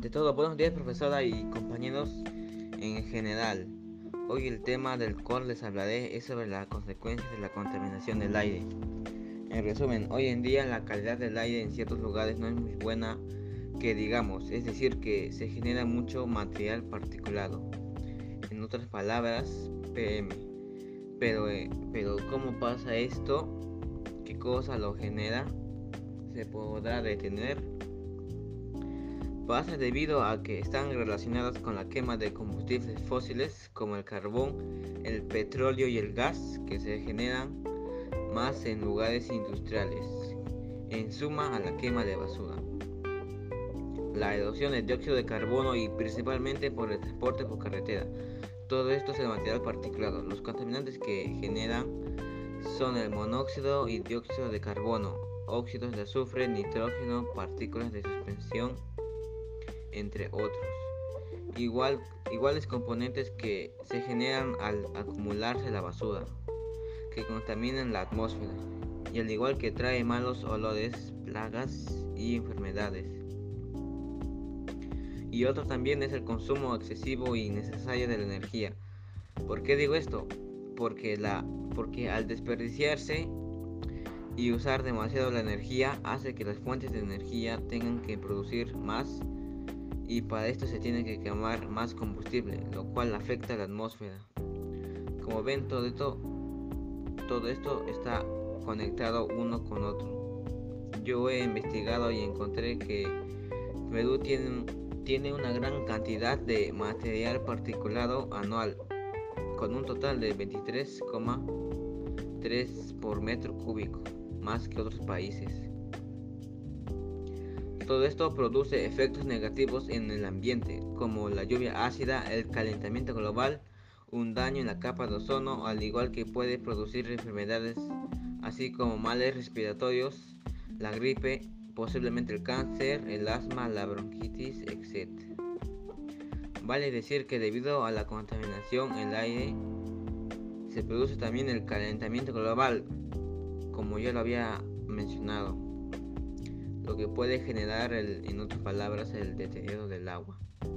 Ante todo, buenos días profesora y compañeros en general. Hoy el tema del cual les hablaré es sobre las consecuencias de la contaminación del aire. En resumen, hoy en día la calidad del aire en ciertos lugares no es muy buena que digamos, es decir que se genera mucho material particulado. En otras palabras, PM. Pero ¿cómo pasa esto? ¿Qué cosa lo genera? ¿Se podrá detener? Pasa debido a que están relacionadas con la quema de combustibles fósiles como el carbón, el petróleo y el gas que se generan más en lugares industriales, en suma a la quema de basura. La erosión del dióxido de carbono y principalmente por el transporte por carretera. Todo esto es el material particulado. Los contaminantes que generan son el monóxido y dióxido de carbono, óxidos de azufre, nitrógeno, partículas de suspensión, entre otros. Iguales componentes que se generan al acumularse la basura, que contaminan la atmósfera, y al igual que trae malos olores, plagas y enfermedades. Y otro también es el consumo excesivo y innecesario de la energía. ¿Por qué digo esto? Porque al desperdiciarse y usar demasiado la energía hace que las fuentes de energía tengan que producir más, y para esto se tiene que quemar más combustible, lo cual afecta a la atmósfera. Como ven, todo esto está conectado uno con otro. Yo he investigado y encontré que Perú tiene una gran cantidad de material particulado anual, con un total de 23,3 por metro cúbico, más que otros países. Todo esto produce efectos negativos en el ambiente, como la lluvia ácida, el calentamiento global, un daño en la capa de ozono, al igual que puede producir enfermedades, así como males respiratorios, la gripe, posiblemente el cáncer, el asma, la bronquitis, etc. Vale decir que debido a la contaminación el aire se produce también el calentamiento global, como ya lo había mencionado, lo que puede generar, en otras palabras, el deterioro del agua.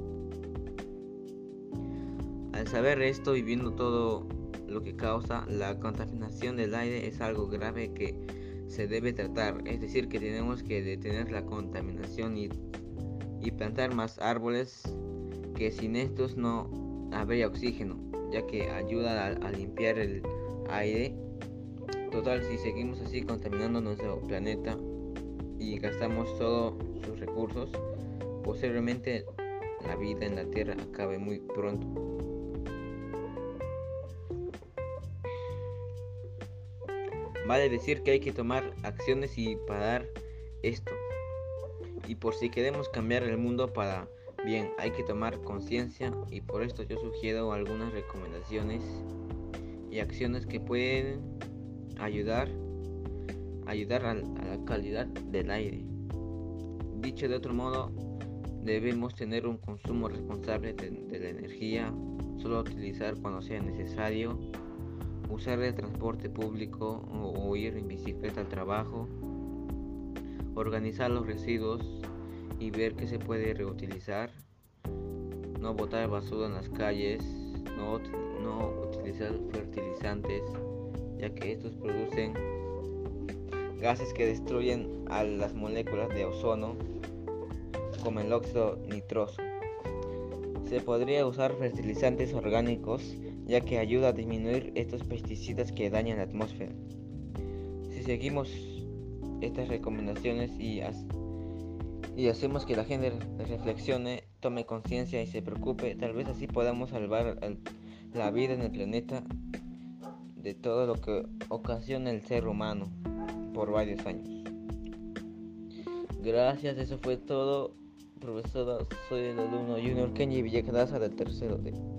Al saber esto y viendo todo lo que causa, la contaminación del aire es algo grave que se debe tratar, es decir, que tenemos que detener la contaminación y plantar más árboles, que sin estos no habría oxígeno, ya que ayuda a limpiar el aire. Total, si seguimos así contaminando nuestro planeta y gastamos todos sus recursos, posiblemente la vida en la Tierra acabe muy pronto. Vale decir que hay que tomar acciones y parar esto. Y por si queremos cambiar el mundo para bien, hay que tomar conciencia, y por esto yo sugiero algunas recomendaciones y acciones que pueden ayudar a la calidad del aire. Dicho de otro modo, debemos tener un consumo responsable de la energía, solo utilizar cuando sea necesario, usar el transporte público o ir en bicicleta al trabajo, organizar los residuos y ver qué se puede reutilizar, no botar basura en las calles, no utilizar fertilizantes, ya que estos producen gases que destruyen a las moléculas de ozono, como el óxido nitroso. Se podría usar fertilizantes orgánicos, ya que ayuda a disminuir estos pesticidas que dañan la atmósfera. Si seguimos estas recomendaciones y hacemos que la gente reflexione, tome conciencia y se preocupe, tal vez así podamos salvar la vida en el planeta de todo lo que ocasiona el ser humano por varios años. Gracias, eso fue todo, profesora. Soy el alumno Junior Kenji Villacadaza del tercero D.